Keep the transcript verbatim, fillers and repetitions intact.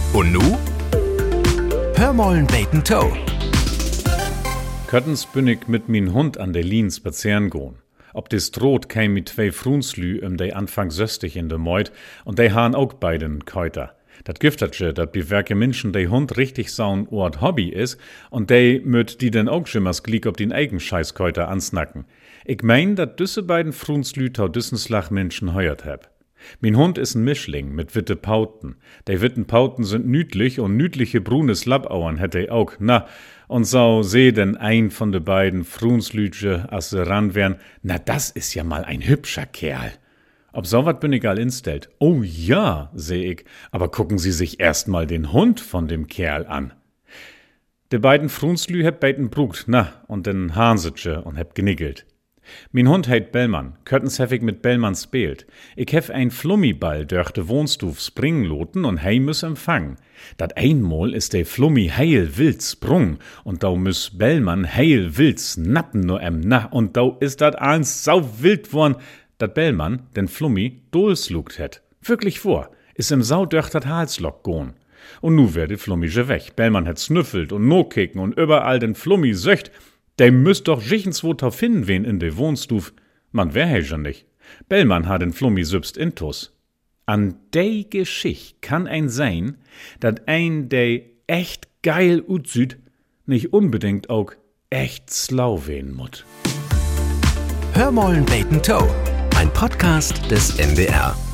Und nu? Hör mollen beten Toe. Köttens bin ich mit min Hund an der Lien spazieren goen. Ob des Trot kein mit zwei Frunslü um de Anfang söstig in de Meut und de han auch beiden Käuter. Dat Giftertje, dat bewerke Menschen de Hund richtig saun Ort Hobby is und de möt die den auch schimmers gliek ob den eigen Scheißkäuter ansnacken. Ich mein, dat düsse beiden Frunslü tau düssenslach Menschen heuert heb. Min Hund is ein Mischling mit witte Pauten. De witten Pauten sind nütlich und nütliche brunes Lappauern hätt de auch, na, und so seh denn ein von de beiden Frunslütje, as se ran wären, na das is ja mal ein hübscher Kerl. Ob so wat bin ich all instellt. Oh ja, seh ich, aber gucken Sie sich erst mal den Hund von dem Kerl an. De beiden Frunslü heb beiden brugt, na, und den Hansetje und heb geniggelt. Min Hund heit Bellmann, köttens hef ich mit Bellmann spielt. Ich hef ein Flummiball durch de Wohnstuf springen loten und hei müss empfangen. Dat einmal is de Flummi heil wild sprung und dau müss Bellmann heil wild snappen no em na und dau is dat eins sau wild worn, dat Bellmann den Flummi dolslugt het. Wirklich vor, is im Sau durch dat Halslock gohn. Und nu wär de Flummi je weg. Bellmann het snüffelt und no kicken und überall den Flummi söcht. De müsst doch jichenswo tau finden wen in de Wohnstuf. Man wär he schon nicht. Bellmann hat den Flummi sübst intus. An dei Geschicht kann ein sein, dat ein de echt geil utsüd nicht unbedingt auch echt slau wen mut. Hör mollen beten Toe. Ein Podcast des N D R.